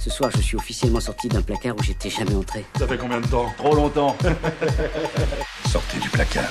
Ce soir, je suis officiellement sorti d'un placard où j'étais jamais entré. Ça fait combien de temps? Trop longtemps. Sortez du placard.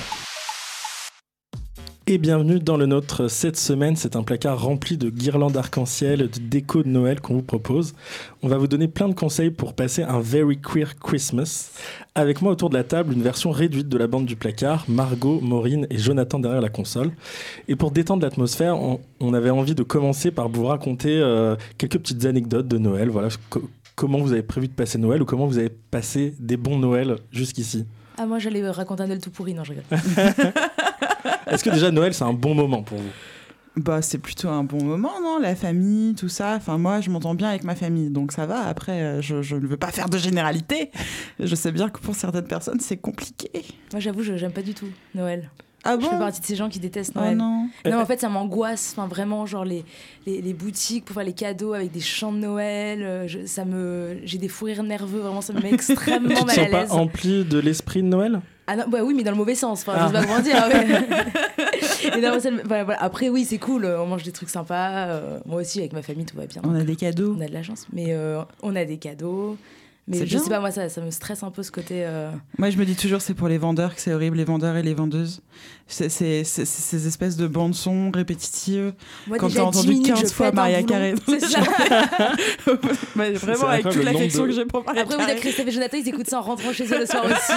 Et bienvenue dans le nôtre. Cette semaine, c'est un placard rempli de guirlandes arc-en-ciel, de déco de Noël qu'on vous propose. On va vous donner plein de conseils pour passer un very queer Christmas. Avec moi autour de la table, une version réduite de la bande du placard, Margot, Maureen et Jonathan derrière la console. Et pour détendre l'atmosphère, on avait envie de commencer par vous raconter quelques petites anecdotes de Noël. Voilà, comment vous avez prévu de passer Noël ou comment vous avez passé des bons Noëls jusqu'ici. Ah, moi j'allais raconter un Noël tout pourri, non je rigole. Est-ce que déjà Noël c'est un bon moment pour vous? Bah, c'est plutôt un bon moment, non? La famille, tout ça. Enfin, moi, je m'entends bien avec ma famille, donc ça va. Après, je ne veux pas faire de généralité. Je sais bien que pour certaines personnes, c'est compliqué. Moi j'avoue, j'aime pas du tout Noël. Ah bon? Je fais partie de ces gens qui détestent Noël. Oh non. Non, en fait, ça m'angoisse. Enfin, vraiment, genre les boutiques pour faire les cadeaux avec des chants de Noël. J'ai des fous rires nerveux. Vraiment, ça me met extrêmement Tu te mal à sens pas l'aise. empli de l'esprit de Noël? Ah non, bah oui, mais dans le mauvais sens. Enfin, je sais pas comment dire. Ouais. Et non, voilà. Après, oui, c'est cool. On mange des trucs sympas. Moi aussi, avec ma famille, tout va bien. On a des cadeaux. On a de la chance. Mais on a des cadeaux. Mais C'est je bien. sais pas, moi, ça me stresse un peu ce côté. Moi, je me dis toujours, c'est pour les vendeurs que c'est horrible, les vendeurs et les vendeuses. C'est ces espèces de bandes-son répétitives. Moi, Quand déjà, t'as 10 entendu minutes, 15 je fois pète un Maria boulon. Carré. C'est ça. Mais vraiment, avec toute l'affection que j'ai pour Maria Après, vous avez Carré. Christophe et Jonathan, ils écoutent ça en rentrant chez eux le soir aussi.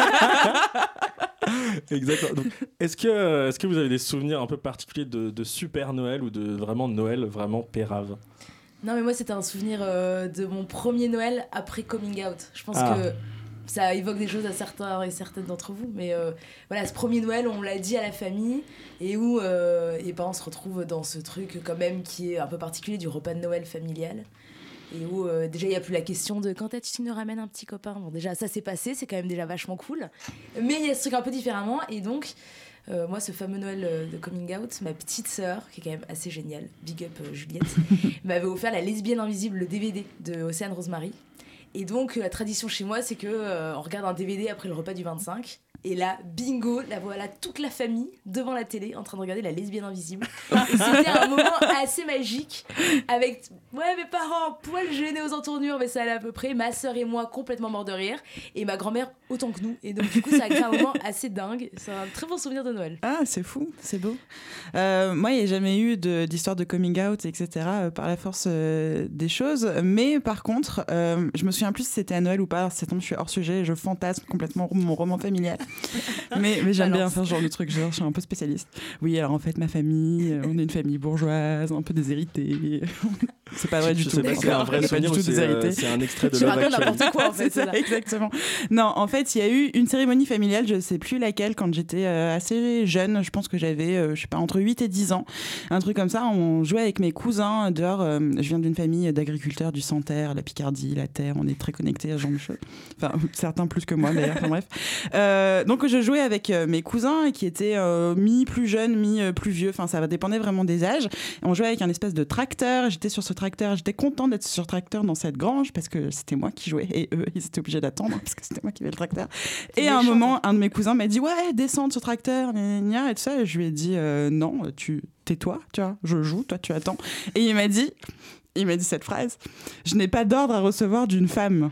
Exactement. Donc, est-ce que vous avez des souvenirs un peu particuliers de super Noël ou de vraiment Noël vraiment pérave? Non, mais moi, c'était un souvenir de mon premier Noël après coming out. Je pense Ah. que ça évoque des choses à certains et certaines d'entre vous. Mais voilà, ce premier Noël, on l'a dit à la famille et où les parents se retrouvent dans ce truc quand même qui est un peu particulier du repas de Noël familial. Et où déjà il n'y a plus la question de quand est-ce que tu nous ramènes un petit copain. Bon, déjà ça s'est passé, c'est quand même déjà vachement cool. Mais il y a ce truc un peu différemment. Et donc, moi, ce fameux Noël de coming out, ma petite sœur, qui est quand même assez géniale, big up Juliette, m'avait offert La Lesbienne Invisible, le DVD de Océane Rosemary. Et donc, la tradition chez moi, c'est que on regarde un DVD après le repas du 25. Et là, bingo, la voilà toute la famille devant la télé en train de regarder La Lesbienne Invisible. Et c'était un moment assez magique avec mes parents poil gênés aux entournures, mais ça allait à peu près. Ma sœur et moi complètement morts de rire. Et ma grand-mère autant que nous. Et donc, du coup, ça a créé un moment assez dingue. C'est un très bon souvenir de Noël. Ah, c'est fou, c'est beau. Moi, il n'y a jamais eu d'histoire de coming out, etc. Par la force des choses. Mais par contre, je me souviens plus si c'était à Noël ou pas. C'est je suis hors sujet, je fantasme complètement mon roman familial. mais j'aime bien faire ce genre de truc. Je suis un peu spécialiste. Oui, alors en fait, ma famille, on est une famille bourgeoise, un peu déshéritée. C'est pas vrai du Je tout. sais pas si c'est un vrai souvenir ou c'est un extrait de Tu Love racontes Actually. n'importe quoi en fait. C'est ça, exactement. Non, en fait, il y a eu une cérémonie familiale, je sais plus laquelle, quand j'étais assez jeune. Je pense que j'avais, je sais pas, entre 8 et 10 ans. Un truc comme ça, on jouait avec mes cousins dehors. Je viens d'une famille d'agriculteurs du Santerre, la Picardie, la Terre. On est très connectés à ce genre de choses. Enfin, certains plus que moi d'ailleurs, enfin bref. Donc je jouais avec mes cousins qui étaient mi-plus jeunes, mi-plus vieux. Enfin, ça dépendait vraiment des âges. Et on jouait avec un espèce de tracteur. J'étais sur ce tracteur. J'étais contente d'être sur ce tracteur dans cette grange parce que c'était moi qui jouais et eux, ils étaient obligés d'attendre parce que c'était moi qui avais le tracteur. Et à un moment, un de mes cousins m'a dit ouais, descends de ce tracteur, gna, gna, gna, et tout ça. Et je lui ai dit non, tais-toi, tu vois, je joue, toi tu attends. Et il m'a dit cette phrase: je n'ai pas d'ordre à recevoir d'une femme.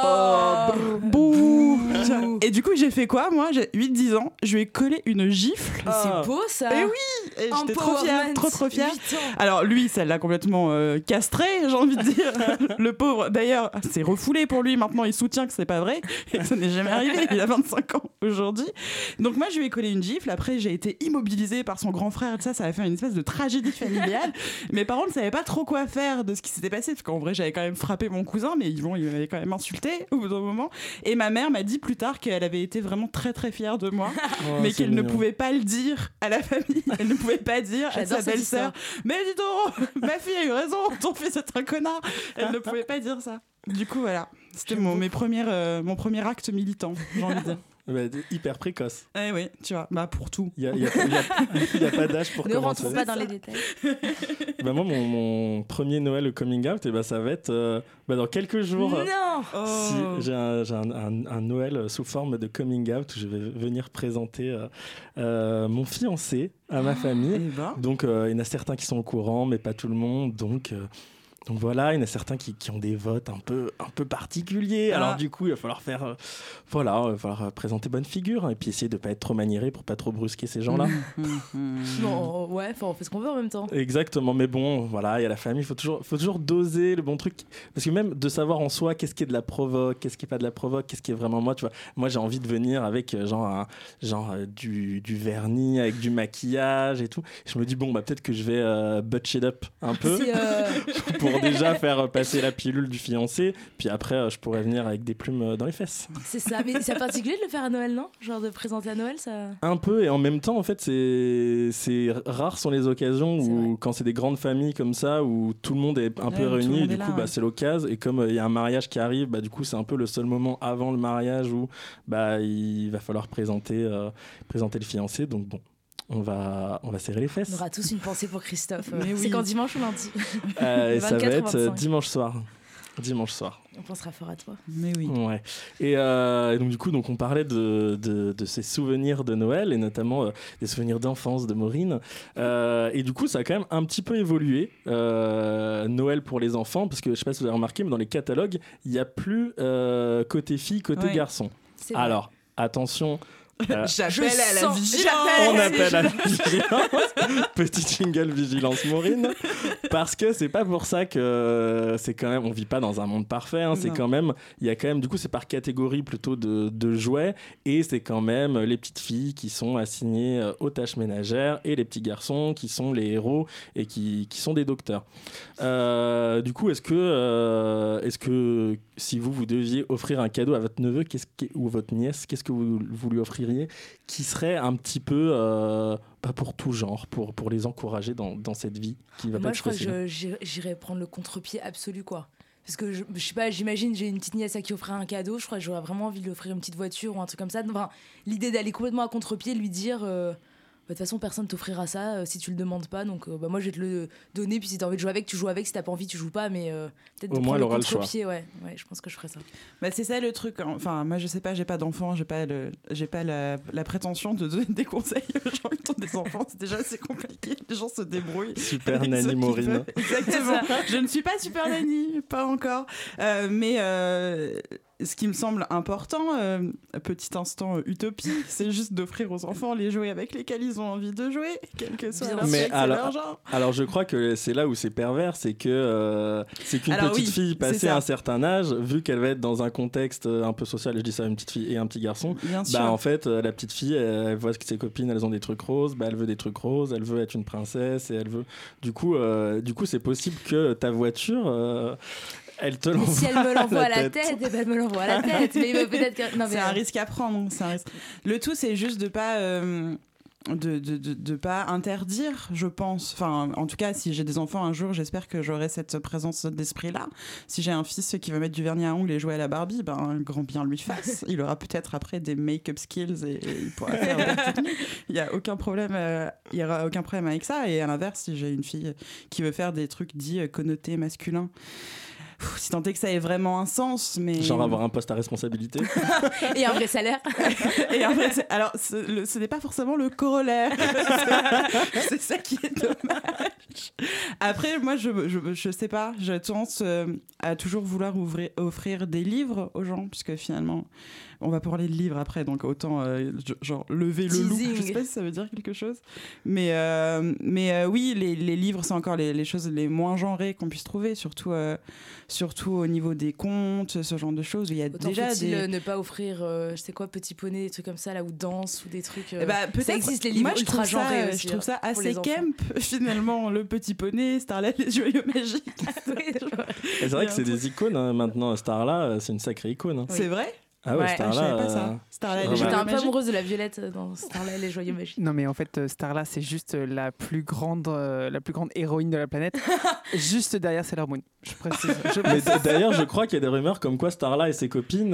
Bouh. Et du coup, j'ai fait quoi, moi? J'ai 8-10 ans, je lui ai collé une gifle. Mais c'est beau ça. Et oui, et j'étais trop fière, Empowerment. trop fière. 8 ans. Alors lui, ça l'a complètement castré, j'ai envie de dire. Le pauvre, d'ailleurs, c'est refoulé pour lui. Maintenant, il soutient que c'est pas vrai et que ça n'est jamais arrivé. Il a 25 ans aujourd'hui. Donc moi, je lui ai collé une gifle. Après, j'ai été immobilisée par son grand frère. Ça a fait une espèce de tragédie familiale. Mes parents ne savaient pas trop quoi faire de ce qui s'était passé, parce qu'en vrai, j'avais quand même frappé mon cousin, mais il m'avait quand même insulté au bout d'un moment. Et ma mère m'a dit plus tard qu'elle avait été vraiment très très fière de moi, mais qu'elle ne pouvait pas le dire à la famille. Elle ne pouvait pas dire à J'adore sa cette belle-sœur: mais dis donc, ma fille a eu raison, ton fils est un connard. Elle ne pouvait pas dire ça. Du coup, voilà. C'était mon premier acte militant, j'ai envie de dire. Bah, hyper précoce. Eh oui, tu vois, bah pour tout. Il y a pas d'âge pour Ne commencer. rentrons pas dans les détails. Bah moi, mon premier Noël au coming out, et bah, ça va être dans quelques jours. Non. Si, j'ai un Noël sous forme de coming out où je vais venir présenter mon fiancé à ma famille. Et bah. Donc, il y en a certains qui sont au courant, mais pas tout le monde. Donc Donc voilà, il y en a certains qui ont des votes un peu particuliers. Alors du coup, il va falloir présenter bonne figure, hein, et puis essayer de pas être trop maniéré pour pas trop brusquer ces gens-là. Non, ouais, on fait ce qu'on veut en même temps. Exactement, mais bon, voilà, il y a la famille, faut toujours doser le bon truc, parce que même de savoir en soi qu'est-ce qui est de la provoque, qu'est-ce qui est pas de la provoque, qu'est-ce qui est vraiment moi, tu vois. Moi, j'ai envie de venir avec du vernis, avec du maquillage et tout. Je me dis bon, bah peut-être que je vais butch it up un peu pour déjà faire passer la pilule du fiancé, puis après je pourrais venir avec des plumes dans les fesses. C'est ça, mais c'est particulier de le faire à Noël, non? Genre de présenter à Noël, ça. Un peu, et en même temps, en fait, c'est rares sont les occasions où, quand c'est des grandes familles comme ça, où tout le monde est un peu réuni, et du coup, c'est l'occasion. Et comme il y a un mariage qui arrive, du coup, c'est un peu le seul moment avant le mariage où il va falloir présenter le fiancé. Donc bon, on va serrer les fesses. On aura tous une pensée pour Christophe. Mais c'est quand, dimanche ou lundi? Ça va être dimanche soir. On pensera fort à toi. Mais oui. Ouais. Et donc du coup, on parlait de ces souvenirs de Noël, et notamment des souvenirs d'enfance de Maureen. Et du coup, ça a quand même un petit peu évolué, Noël pour les enfants, parce que je sais pas si vous avez remarqué, mais dans les catalogues, il n'y a plus côté fille, côté garçon. Alors, attention. J'appelle à la vigilance. On appelle à la vigilance. Petit jingle vigilance Maureen. Parce que c'est pas pour ça que c'est quand même, on vit pas dans un monde parfait, hein. C'est quand même, il y a quand même, du coup c'est par catégorie plutôt de jouets, et c'est quand même les petites filles qui sont assignées aux tâches ménagères et les petits garçons qui sont les héros et qui sont des docteurs. Du coup, est-ce que si vous deviez offrir un cadeau à votre neveu ou votre nièce, qu'est-ce que vous lui offririez qui serait un petit peu pas pour tout genre, pour les encourager dans cette vie qui va pas être facile? Moi, je crois que j'irais prendre le contre-pied absolu, quoi. Parce que je sais pas, j'imagine, j'ai une petite nièce à qui offrir un cadeau, je crois que j'aurais vraiment envie de lui offrir une petite voiture ou un truc comme ça. Enfin, l'idée d'aller complètement à contre-pied, lui dire de toute façon personne t'offrira ça si tu le demandes pas, donc moi je vais te le donner, puis si t'as envie de jouer avec, tu joues avec, si t'as pas envie, tu joues pas, mais peut-être au moins elle aura le choix. Ouais, je pense que je ferais ça. C'est ça le truc, enfin moi je sais pas, j'ai pas d'enfants, j'ai pas la prétention de donner des conseils aux gens qui ont des enfants, c'est compliqué, les gens se débrouillent. Super nanny Maureen. Exactement. Je ne suis pas super nanny, pas encore, mais ce qui me semble important, petit instant utopie, c'est juste d'offrir aux enfants les jouets avec lesquels ils ont envie de jouer, quel que soit leur sexe et leur genre. Alors je crois que c'est là où c'est pervers, c'est qu'une petite fille passée un certain âge, vu qu'elle va être dans un contexte un peu social, je dis ça, une petite fille et un petit garçon, en fait la petite fille, elle voit que ses copines elles ont des trucs roses, elle veut des trucs roses, elle veut être une princesse, et elle veut du coup c'est possible que ta voiture elle te l'envoie. Si elle me l'envoie à la tête, elle me l'envoie à la tête. Mais peut-être que... Non, c'est un risque à prendre. Le tout, c'est juste de pas de pas interdire, je pense. Enfin, en tout cas, si j'ai des enfants un jour, j'espère que j'aurai cette présence d'esprit-là. Si j'ai un fils qui veut mettre du vernis à ongles et jouer à la Barbie, grand bien lui fasse. Il aura peut-être après des make-up skills et il pourra faire des tenues. Il y a aucun problème. Il y aura aucun problème avec ça. Et à l'inverse, si j'ai une fille qui veut faire des trucs dits connotés masculins. Si tant est que ça ait vraiment un sens, mais... Genre avoir un poste à responsabilité. Et un vrai salaire. Alors, ce n'est pas forcément le corollaire. C'est ça qui est dommage. Après, moi, je sais pas. J'ai tendance à toujours vouloir offrir des livres aux gens, puisque finalement... On va parler de livres après, donc autant genre lever le loup. Je sais pas si ça veut dire quelque chose. Mais oui, les livres, c'est encore les choses les moins genrées qu'on puisse trouver, surtout au niveau des contes, ce genre de choses. Il y a autant déjà ne pas offrir, je sais quoi, Petit Poney, des trucs comme ça, là, ou Danse, ou des trucs... ça existe, les livres ultra genrés aussi. Je trouve ça assez camp, finalement, le Petit Poney, Starla, les joyaux magiques. C'est vrai que c'est des icônes, hein, maintenant. Starla, c'est une sacrée icône. Hein. C'est vrai ? Ah ouais, Starla, je savais pas ça. Starla, j'étais un peu amoureuse de la Violette dans Starla et les joyaux magiques. Non mais en fait Starla c'est juste la plus grande héroïne de la planète, juste derrière Sailor Moon. Je précise. Mais d'ailleurs je crois qu'il y a des rumeurs comme quoi Starla et ses copines.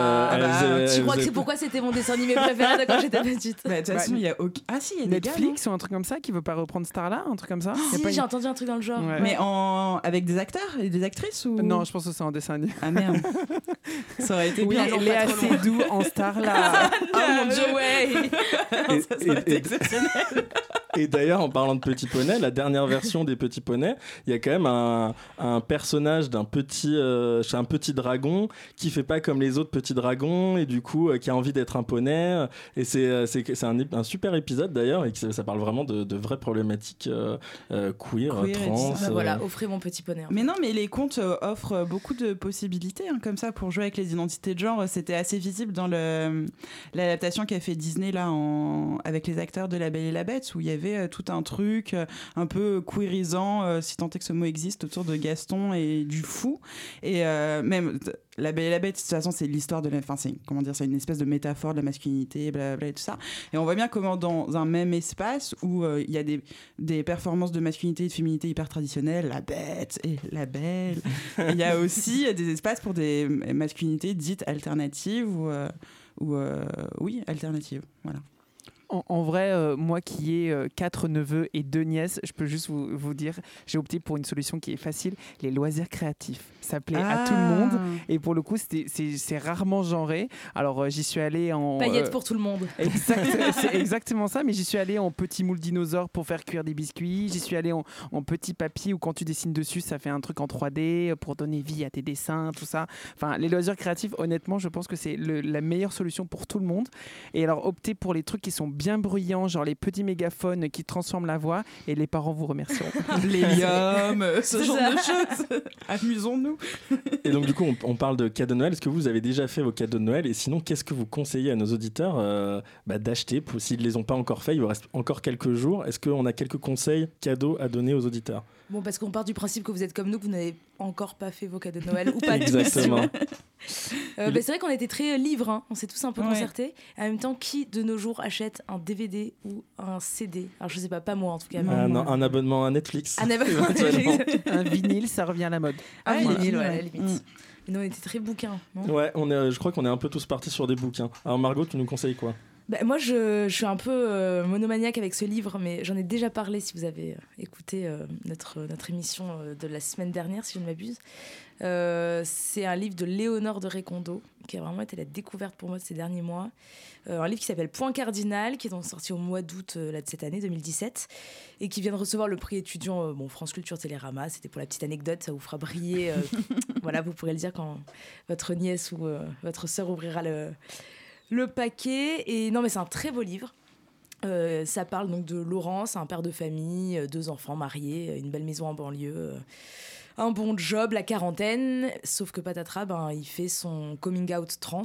Tu crois que c'est pourquoi c'était mon dessin animé préféré quand j'étais petite. De toute façon il y a il y a Netflix ou un truc comme ça qui veut pas reprendre Starla, un truc comme ça. Si, j'ai entendu un truc dans le genre. Ouais. Mais avec des acteurs et des actrices ou... Non, je pense que c'est en dessin animé. Ah merde. Ça aurait été bien. Léa Seydoux en Starla. Oh mon Dieu, ouais. Ça serait exceptionnel. Et d'ailleurs, en parlant de Petit Poney, la dernière version des Petits Poneys, il y a quand même un personnage d'un petit dragon qui fait pas comme les autres petits dragons et du coup qui a envie d'être un poney. Et c'est un super épisode d'ailleurs et ça parle vraiment de vraies problématiques queer, trans. Voilà, offrez mon Petit Poney. Mais non, mais les contes offrent beaucoup de possibilités comme ça pour jouer avec les identités de genre. C'était assez visible dans l'adaptation qu'a fait Disney là avec les acteurs de La Belle et la Bête, où il y avait tout un truc un peu queerisant, si tant est que ce mot existe, autour de Gaston et du fou. Et même La Belle et la Bête, de toute façon, c'est l'histoire de c'est une espèce de métaphore de la masculinité, blablabla et tout ça. Et on voit bien comment dans un même espace où il y a des performances de masculinité et de féminité hyper traditionnelles, la bête et la belle, il y a aussi des espaces pour des masculinités dites alternatives oui, alternatives, voilà. En vrai, moi qui ai 4 neveux et 2 nièces, je peux juste vous dire, j'ai opté pour une solution qui est facile, les loisirs créatifs. Ça plaît à tout le monde et pour le coup, c'est rarement genré. Alors j'y suis allé en... Paillettes pour tout le monde. C'est exactement ça, mais j'y suis allé en petit moule dinosaure pour faire cuire des biscuits. J'y suis allé en petit papier où quand tu dessines dessus, ça fait un truc en 3D pour donner vie à tes dessins, tout ça. Enfin, les loisirs créatifs, honnêtement, je pense que c'est la meilleure solution pour tout le monde. Et alors optez pour les trucs qui sont bien bruyants, genre les petits mégaphones qui transforment la voix et les parents vous remercieront. L'hélium, ce genre de choses. Amusons-nous. Et donc du coup, on parle de cadeaux de Noël. Est-ce que vous avez déjà fait vos cadeaux de Noël? Et sinon, qu'est-ce que vous conseillez à nos auditeurs d'acheter s'ils ne les ont pas encore fait? Il vous reste encore quelques jours. Est-ce qu'on a quelques conseils cadeaux à donner aux auditeurs? Bon, parce qu'on part du principe que vous êtes comme nous, que vous n'avez encore pas fait vos cadeaux de Noël ou pas. Exactement. C'est vrai qu'on était très livres, hein. On s'est tous un peu concertés. En même temps, qui de nos jours achète un DVD ou un CD? Alors je sais pas moi en tout cas. Un abonnement à Netflix. Un abonnement à Netflix. Un vinyle, ça revient à la mode. Un vinyle, à la limite. Mais nous, on était très bouquins. Ouais, je crois qu'on est un peu tous partis sur des bouquins. Alors Margot, tu nous conseilles quoi? Moi, je suis un peu monomaniaque avec ce livre, mais j'en ai déjà parlé si vous avez écouté notre émission de la semaine dernière, si je ne m'abuse. C'est un livre de Léonore de Récondo, qui a vraiment été la découverte pour moi de ces derniers mois. Un livre qui s'appelle Point Cardinal, qui est donc sorti au mois d'août de cette année, 2017, et qui vient de recevoir le prix étudiant France Culture Télérama. C'était pour la petite anecdote, ça vous fera briller. Voilà, vous pourrez le dire quand votre nièce ou votre sœur ouvrira le paquet. Et non, mais c'est un très beau livre. Ça parle donc de Laurent, c'est un père de famille, 2 enfants mariés, une belle maison en banlieue, un bon job, la quarantaine, sauf que patatras, il fait son coming out trans.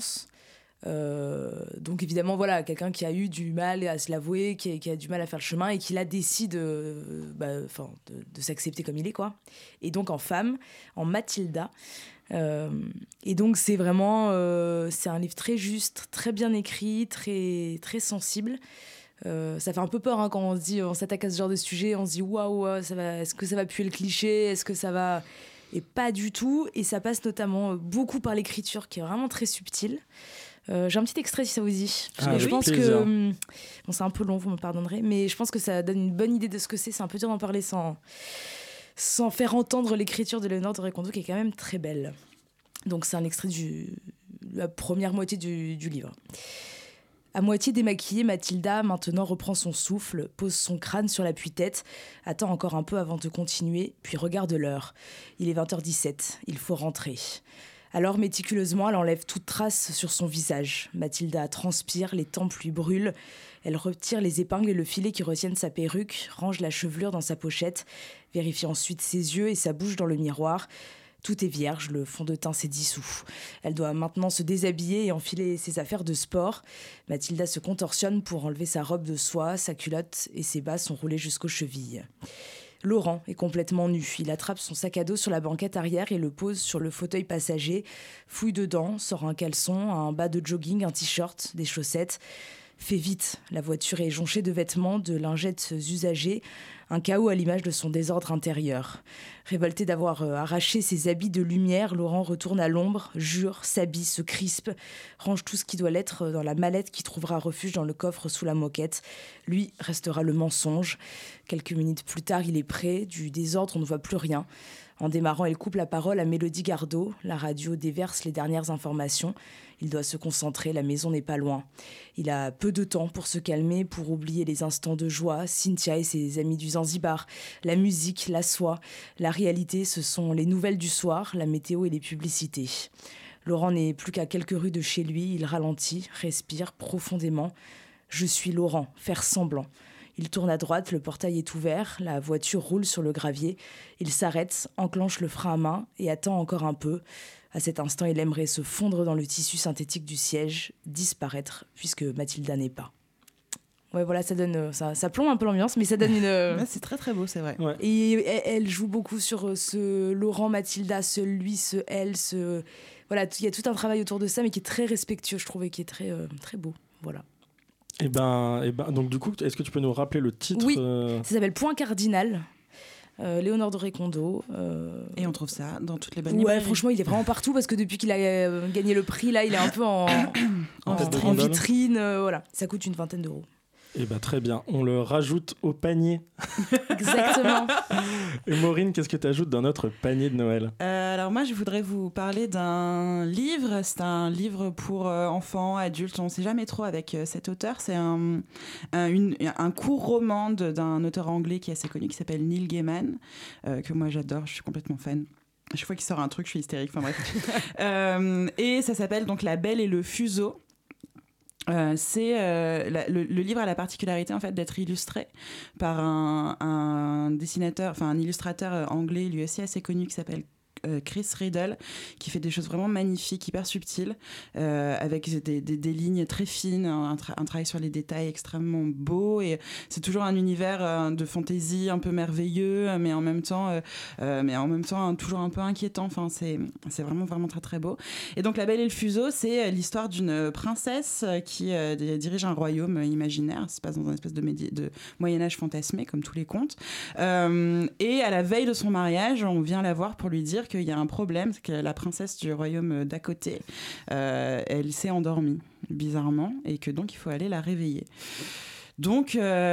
Donc évidemment, voilà, quelqu'un qui a eu du mal à se l'avouer, qui a du mal à faire le chemin et qui là décide de s'accepter comme il est, quoi. Et donc en femme, en Mathilda. Et donc c'est vraiment c'est un livre très juste, très bien écrit, très, très sensible. Ça fait un peu peur quand on s'attaque à ce genre de sujet, on se dit waouh, est-ce que ça va puer le cliché, est-ce que ça va... Et pas du tout, et ça passe notamment beaucoup par l'écriture qui est vraiment très subtile. J'ai un petit extrait si ça vous dit. Parce que je pense que c'est un peu long, vous me pardonnerez, mais je pense que ça donne une bonne idée de ce que c'est. C'est un peu dur d'en parler sans faire entendre l'écriture de Léonore de Récondo, qui est quand même très belle. Donc c'est un extrait de la première moitié du livre. À moitié démaquillée, Mathilda, maintenant, reprend son souffle, pose son crâne sur l'appui-tête, attend encore un peu avant de continuer, puis regarde l'heure. Il est 20h17, il faut rentrer. Alors, méticuleusement, elle enlève toute trace sur son visage. Mathilda transpire, les tempes lui brûlent. Elle retire les épingles et le filet qui retiennent sa perruque, range la chevelure dans sa pochette, vérifie ensuite ses yeux et sa bouche dans le miroir. Tout est vierge, le fond de teint s'est dissous. Elle doit maintenant se déshabiller et enfiler ses affaires de sport. Mathilda se contorsionne pour enlever sa robe de soie, sa culotte et ses bas sont roulés jusqu'aux chevilles. Laurent est complètement nu. Il attrape son sac à dos sur la banquette arrière et le pose sur le fauteuil passager, fouille dedans, sort un caleçon, un bas de jogging, un t-shirt, des chaussettes. Fait vite, la voiture est jonchée de vêtements, de lingettes usagées, un chaos à l'image de son désordre intérieur. Révolté d'avoir arraché ses habits de lumière, Laurent retourne à l'ombre, jure, s'habille, se crispe, range tout ce qui doit l'être dans la mallette qui trouvera refuge dans le coffre sous la moquette. Lui restera le mensonge. Quelques minutes plus tard, il est prêt, du désordre on ne voit plus rien. En démarrant, il coupe la parole à Mélodie Gardot. La radio déverse les dernières informations. Il doit se concentrer, la maison n'est pas loin. Il a peu de temps pour se calmer, pour oublier les instants de joie, Cynthia et ses amis du Zanzibar, la musique, la soie. La réalité, ce sont les nouvelles du soir, la météo et les publicités. Laurent n'est plus qu'à quelques rues de chez lui. Il ralentit, respire profondément. Je suis Laurent, faire semblant. Il tourne à droite, le portail est ouvert, la voiture roule sur le gravier. Il s'arrête, enclenche le frein à main et attend encore un peu. À cet instant, il aimerait se fondre dans le tissu synthétique du siège, disparaître, puisque Mathilda n'est pas. Ouais, voilà, ça donne, ça plombe un peu l'ambiance, mais ça donne une... Ouais, c'est très très beau, c'est vrai. Ouais. Et elle joue beaucoup sur ce Laurent, Mathilda, ce lui, ce elle, ce... Voilà, il y a tout un travail autour de ça, mais qui est très respectueux, je trouve, et qui est très, très beau. Voilà. Et ben, donc du coup, est-ce que tu peux nous rappeler le titre? Oui, ça s'appelle Point Cardinal. Léonore de Récondo. Et on trouve ça dans toutes les bonnes Ouais, librairies. franchement, il est vraiment partout parce que depuis qu'il a gagné le prix, là, il est un peu en tête de en gondole. vitrine. Voilà, ça coûte une 20aine d'euros. Et ben très bien, on le rajoute au panier. Exactement. Et Maureen, qu'est-ce que tu ajoutes dans notre panier de Noël? Alors moi, je voudrais vous parler d'un livre. C'est un livre pour enfants, adultes. On ne sait jamais trop avec cet auteur. C'est un court roman d'un auteur anglais qui est assez connu, qui s'appelle Neil Gaiman, que moi j'adore, je suis complètement fan. À chaque fois qu'il sort un truc, je suis hystérique. Enfin bref. Et ça s'appelle donc La Belle et le Fuseau. Le livre a la particularité en fait d'être illustré par un dessinateur, enfin un illustrateur anglais, lui aussi assez connu, qui s'appelle Chris Riddle, qui fait des choses vraiment magnifiques, hyper subtiles, avec des lignes très fines, un travail sur les détails extrêmement beau, et c'est toujours un univers de fantaisie un peu merveilleux, mais en même temps toujours un peu inquiétant. Enfin, c'est vraiment vraiment très très beau. Et donc La Belle et le Fuseau, c'est l'histoire d'une princesse qui dirige un royaume imaginaire. Ça se passe dans une espèce de Moyen-Âge fantasmé, comme tous les contes. Et à la veille de son mariage, on vient la voir pour lui dire qu'il y a un problème, c'est que la princesse du royaume d'à côté, elle s'est endormie, bizarrement, et que donc il faut aller la réveiller. Donc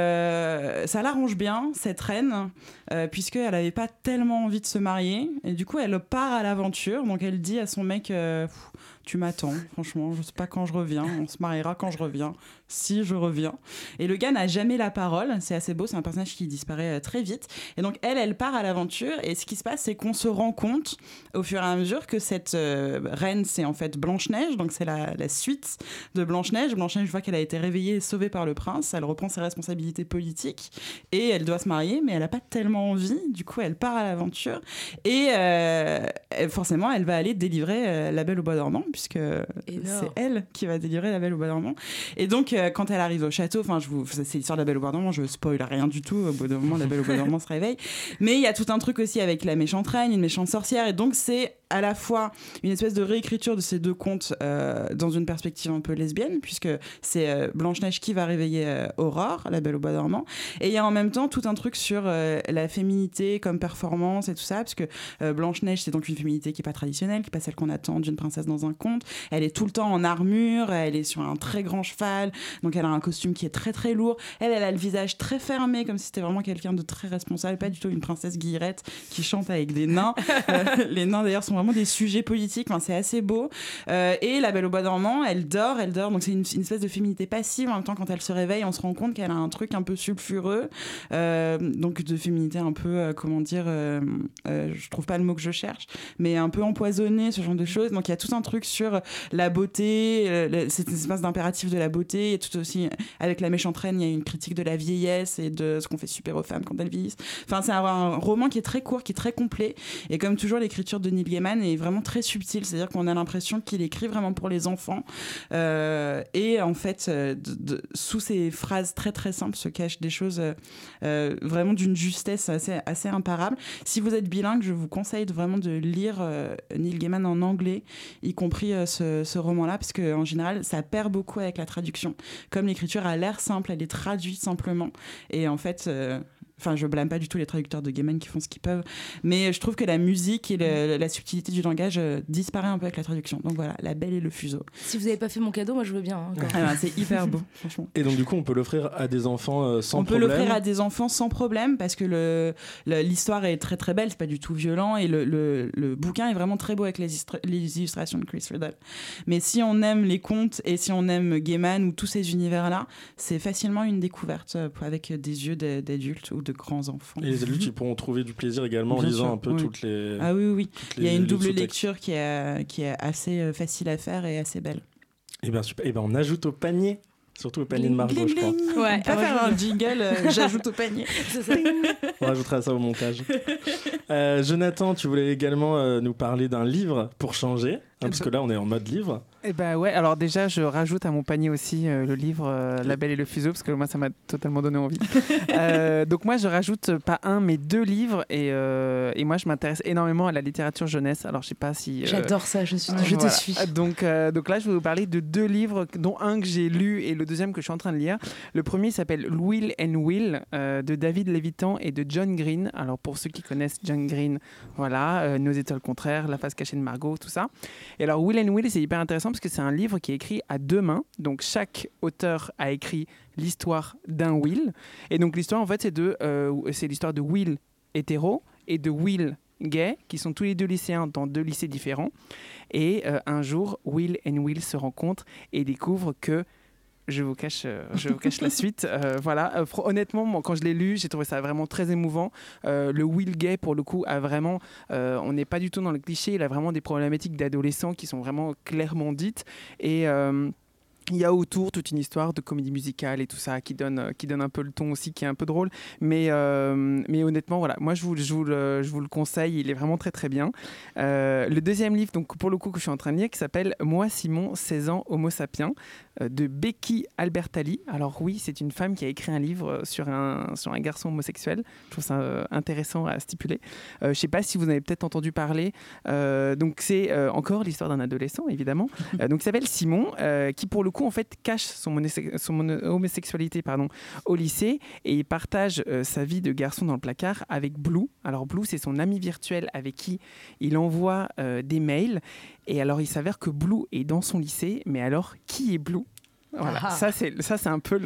ça l'arrange bien, cette reine, puisqu'elle n'avait pas tellement envie de se marier, et du coup elle part à l'aventure. Donc elle dit à son mec, tu m'attends, franchement, je sais pas quand je reviens, on se mariera quand je reviens, si je reviens. Et le gars n'a jamais la parole, c'est assez beau, c'est un personnage qui disparaît très vite. Et donc elle part à l'aventure, et ce qui se passe, c'est qu'on se rend compte au fur et à mesure que cette reine, c'est en fait Blanche-Neige, donc c'est la suite de Blanche-Neige. Blanche-Neige voit qu'elle a été réveillée et sauvée par le prince, elle reprend ses responsabilités politiques, et elle doit se marier, mais elle n'a pas tellement envie, du coup elle part à l'aventure, et forcément elle va aller délivrer la Belle au bois dormant, puisque c'est elle qui va délivrer la Belle au bois dormant. Et donc quand elle arrive au château, enfin c'est l'histoire de la Belle au bois dormant, je spoil rien du tout, au bout d'un moment la Belle au bois dormant se réveille, mais il y a tout un truc aussi avec la méchante reine, une méchante sorcière, et donc c'est à la fois une espèce de réécriture de ces deux contes dans une perspective un peu lesbienne, puisque c'est Blanche-Neige qui va réveiller Aurore, la Belle au bois dormant, et il y a en même temps tout un truc sur la féminité comme performance et tout ça, parce que Blanche-Neige, c'est donc une féminité qui n'est pas traditionnelle, qui n'est pas celle qu'on attend d'une princesse dans un conte. Elle est tout le temps en armure, elle est sur un très grand cheval, donc elle a un costume qui est très très lourd, elle a le visage très fermé, comme si c'était vraiment quelqu'un de très responsable, pas du tout une princesse guillerette qui chante avec des nains. Les nains d'ailleurs sont vraiment des sujets politiques, enfin, c'est assez beau. Et la Belle au bois dormant, elle dort, donc c'est une espèce de féminité passive. En même temps, quand elle se réveille, on se rend compte qu'elle a un truc un peu sulfureux, donc de féminité un peu, je trouve pas le mot que je cherche, mais un peu empoisonné, ce genre de choses. Donc il y a tout un truc sur la beauté, cette espèce d'impératif de la beauté, et tout aussi avec la méchante reine, il y a une critique de la vieillesse et de ce qu'on fait super aux femmes quand elles vieillissent. Enfin, c'est un roman qui est très court, qui est très complet, et comme toujours, l'écriture de Neil Gaiman est vraiment très subtile, c'est-à-dire qu'on a l'impression qu'il écrit vraiment pour les enfants, et en fait sous ces phrases très très simples se cachent des choses vraiment d'une justesse assez imparable. Si vous êtes bilingue, je vous conseille vraiment de lire Neil Gaiman en anglais, y compris ce roman-là, parce qu'en général ça perd beaucoup avec la traduction. Comme l'écriture a l'air simple, elle est traduite simplement, et en fait Enfin, je blâme pas du tout les traducteurs de Gaiman qui font ce qu'ils peuvent, mais je trouve que la musique et la subtilité du langage disparaît un peu avec la traduction. Donc voilà, La Belle et le Fuseau. Si vous n'avez pas fait mon cadeau, moi je veux bien. Hein, Ah ben, c'est hyper beau, franchement. Et donc du coup, on peut l'offrir à des enfants sans problème. On peut l'offrir à des enfants sans problème parce que l'histoire est très très belle, c'est pas du tout violent et le bouquin est vraiment très beau avec les illustrations de Chris Riddle. Mais si on aime les contes et si on aime Gaiman ou tous ces univers-là, c'est facilement une découverte avec des yeux d'adultes ou de grands enfants. Et les adultes, ils pourront trouver du plaisir également en Bien lisant sûr, un peu oui. toutes les... Ah oui. Il y a une double sous-textes. lecture qui est assez facile à faire et assez belle. Eh bien super, eh ben, on ajoute au panier, surtout au panier de Margot, je crois. Ouais, On peut faire un jingle, j'ajoute au panier. C'est ça. On rajoutera ça au montage. Jonathan, tu voulais également nous parler d'un livre pour changer, parce que là on est en mode livre. Eh ben ouais, alors déjà je rajoute à mon panier aussi le livre La Belle et le Fuseau parce que moi ça m'a totalement donné envie. Donc moi je rajoute pas un mais 2 livres et moi je m'intéresse énormément à la littérature jeunesse. Alors je sais pas si... J'adore ça, je te voilà. suis. Donc là je vais vous parler de 2 livres dont un que j'ai lu et le deuxième que je suis en train de lire. Le premier s'appelle Will and Will de David Levitan et de John Green. Alors pour ceux qui connaissent John Green, voilà, Nos étoiles contraires, La face cachée de Margot, tout ça. Et alors Will and Will c'est hyper intéressant parce que c'est un livre qui est écrit à 2 mains. Donc chaque auteur a écrit l'histoire d'un Will. Et donc l'histoire en fait c'est l'histoire de Will hétéro et de Will gay qui sont tous les 2 lycéens dans 2 lycées différents. Et un jour Will and Will se rencontrent et découvrent que je vous cache la suite. Voilà. Honnêtement, moi, quand je l'ai lu, j'ai trouvé ça vraiment très émouvant. Le Will gay, pour le coup, a vraiment... on n'est pas du tout dans le cliché. Il a vraiment des problématiques d'adolescents qui sont vraiment clairement dites. Et... il y a autour toute une histoire de comédie musicale et tout ça qui donne un peu le ton aussi, qui est un peu drôle. Mais honnêtement, voilà, moi je vous le conseille, il est vraiment très très bien. Le deuxième livre, donc pour le coup que je suis en train de lire, qui s'appelle Moi Simon, 16 ans, Homo sapiens, de Becky Albertalli. Alors oui, c'est une femme qui a écrit un livre sur un garçon homosexuel. Je trouve ça intéressant à stipuler. Je ne sais pas si vous en avez peut-être entendu parler. Donc c'est encore l'histoire d'un adolescent, évidemment. Donc il s'appelle Simon, qui pour le coup en fait cache son homosexualité au lycée et il partage sa vie de garçon dans le placard avec Blue. Alors Blue, c'est son ami virtuel avec qui il envoie des mails et alors il s'avère que Blue est dans son lycée, mais alors qui est Blue ? Voilà, ça c'est un peu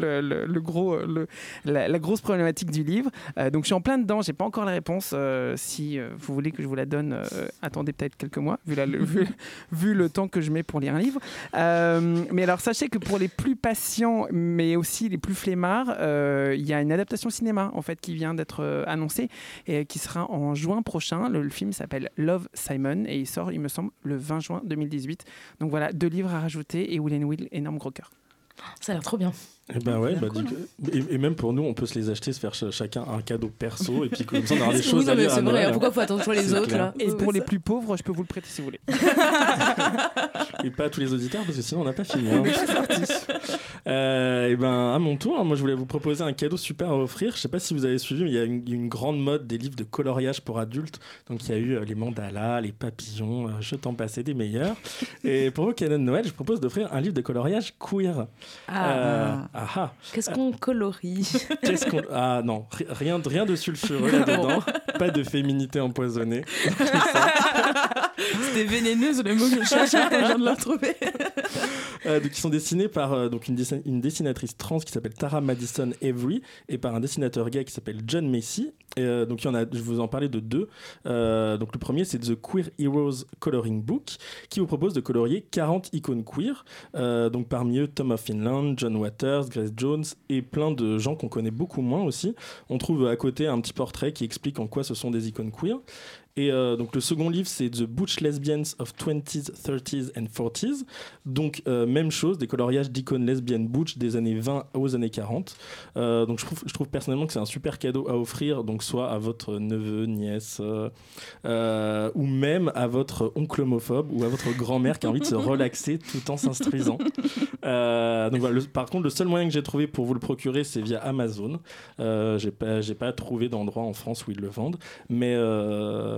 la grosse problématique du livre. Donc je suis en plein dedans, j'ai pas encore la réponse. Si vous voulez que je vous la donne, attendez peut-être quelques mois, vu le temps que je mets pour lire un livre. Mais alors sachez que pour les plus patients, mais aussi les plus flemmards, il y a une adaptation cinéma en fait qui vient d'être annoncée et qui sera en juin prochain. Le film s'appelle Love, Simon et il sort, il me semble, le 20 juin 2018. Donc voilà, 2 livres à rajouter et Will and Will, énorme gros cœur. Ça a l'air trop bien. Et ben ouais, cool, et même pour nous, on peut se les acheter, se faire chacun un cadeau perso, et puis comme ça, on aura des choses à lire. C'est à vrai, Noël. pourquoi faut attendre sur les autres là. Et pour les plus pauvres, je peux vous le prêter si vous voulez. Et pas à tous les auditeurs, parce que sinon on n'a pas fini. Hein. Et ben à mon tour, moi je voulais vous proposer un cadeau super à offrir. Je sais pas si vous avez suivi, mais il y a une grande mode des livres de coloriage pour adultes. Donc il y a eu les mandalas, les papillons, je t'en passais des meilleurs. Et pour vos cadeaux de Noël, je propose d'offrir un livre de coloriage queer. Qu'est-ce qu'on colorie? Ah non, rien de sulfureux là-dedans. Pas de féminité empoisonnée. C'était vénéneuse le mot que je cherchais, je viens de le retrouver. Donc, ils sont dessinés par donc une dessinatrice trans qui s'appelle Tara Madison Avery et par un dessinateur gay qui s'appelle John Macy. Donc il y en a, je vais vous en parler de 2. Donc le premier c'est The Queer Heroes Coloring Book qui vous propose de colorier 40 icônes queer. Donc parmi eux Tom of Finland, John Waters, Grace Jones et plein de gens qu'on connaît beaucoup moins aussi. On trouve à côté un petit portrait qui explique en quoi ce sont des icônes queer. Et donc le second livre c'est The Butch Lesbians of 20s, 30s and 40s. Donc même chose, des coloriages d'icônes lesbiennes butch des années 20 aux années 40. Donc je trouve personnellement que c'est un super cadeau à offrir, donc soit à votre neveu, nièce ou même à votre oncle homophobe ou à votre grand-mère qui a envie de se relaxer tout en s'instruisant. Donc voilà, par contre le seul moyen que j'ai trouvé pour vous le procurer c'est via Amazon. J'ai pas trouvé d'endroit en France où ils le vendent, mais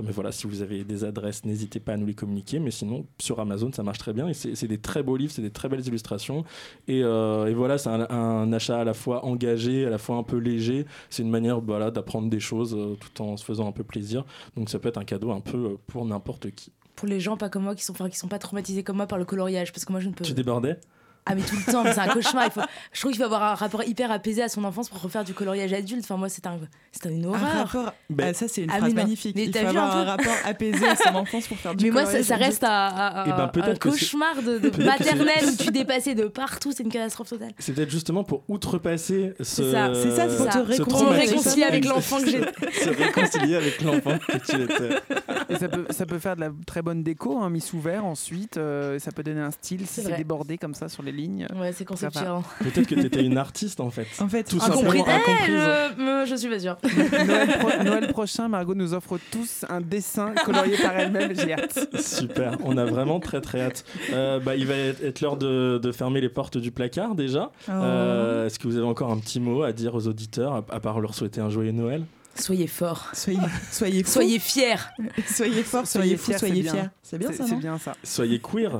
Mais voilà, si vous avez des adresses, n'hésitez pas à nous les communiquer. Mais sinon, sur Amazon, ça marche très bien. Et c'est des très beaux livres, c'est des très belles illustrations. Et voilà, c'est un achat à la fois engagé, à la fois un peu léger. C'est une manière d'apprendre des choses tout en se faisant un peu plaisir. Donc ça peut être un cadeau un peu pour n'importe qui. Pour les gens pas comme moi qui sont pas traumatisés comme moi par le coloriage, parce que moi je ne peux. Tu débordais ? Ah mais tout le temps, mais c'est un cauchemar. Je trouve qu'il faut avoir un rapport hyper apaisé à son enfance pour refaire du coloriage adulte. Enfin moi c'était une horreur. Un rapport... ça c'est une phrase magnifique. Mais il t'as faut vu avoir un un rapport apaisé à son enfance pour faire du coloriage. Mais moi ça reste un cauchemar de maternelle où tu dépassais de partout, c'est une catastrophe totale. C'est peut-être justement pour outrepasser c'est ça, c'est pour te réconcilier avec l'enfant que j'étais. Se réconcilier avec l'enfant que tu étais. Et ça peut faire de la très bonne déco, mis sous verre ensuite. Ça peut donner un style si c'est débordé comme ça sur les lignes. Ouais, c'est conceptuel. Peut-être que tu étais une artiste en fait. Tout simplement incomprise. Je suis pas sûre. Noël prochain, Margot nous offre tous un dessin colorié par elle-même. J'ai hâte. Super, on a vraiment très très hâte. Il va être l'heure de fermer les portes du placard déjà. Est-ce que vous avez encore un petit mot à dire aux auditeurs à part leur souhaiter un joyeux Noël? Soyez forts. Soyez fiers. Soyez forts, soyez fous, soyez fiers. C'est bien ça, non ? C'est bien ça. Soyez queer.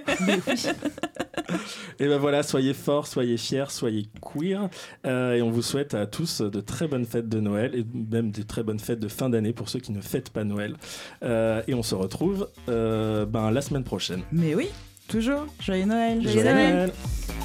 Et ben voilà, soyez forts, soyez fiers, soyez queer. Et on vous souhaite à tous de très bonnes fêtes de Noël et même de très bonnes fêtes de fin d'année pour ceux qui ne fêtent pas Noël. Et on se retrouve la semaine prochaine. Mais oui, toujours. Joyeux Noël. Joyeux Noël.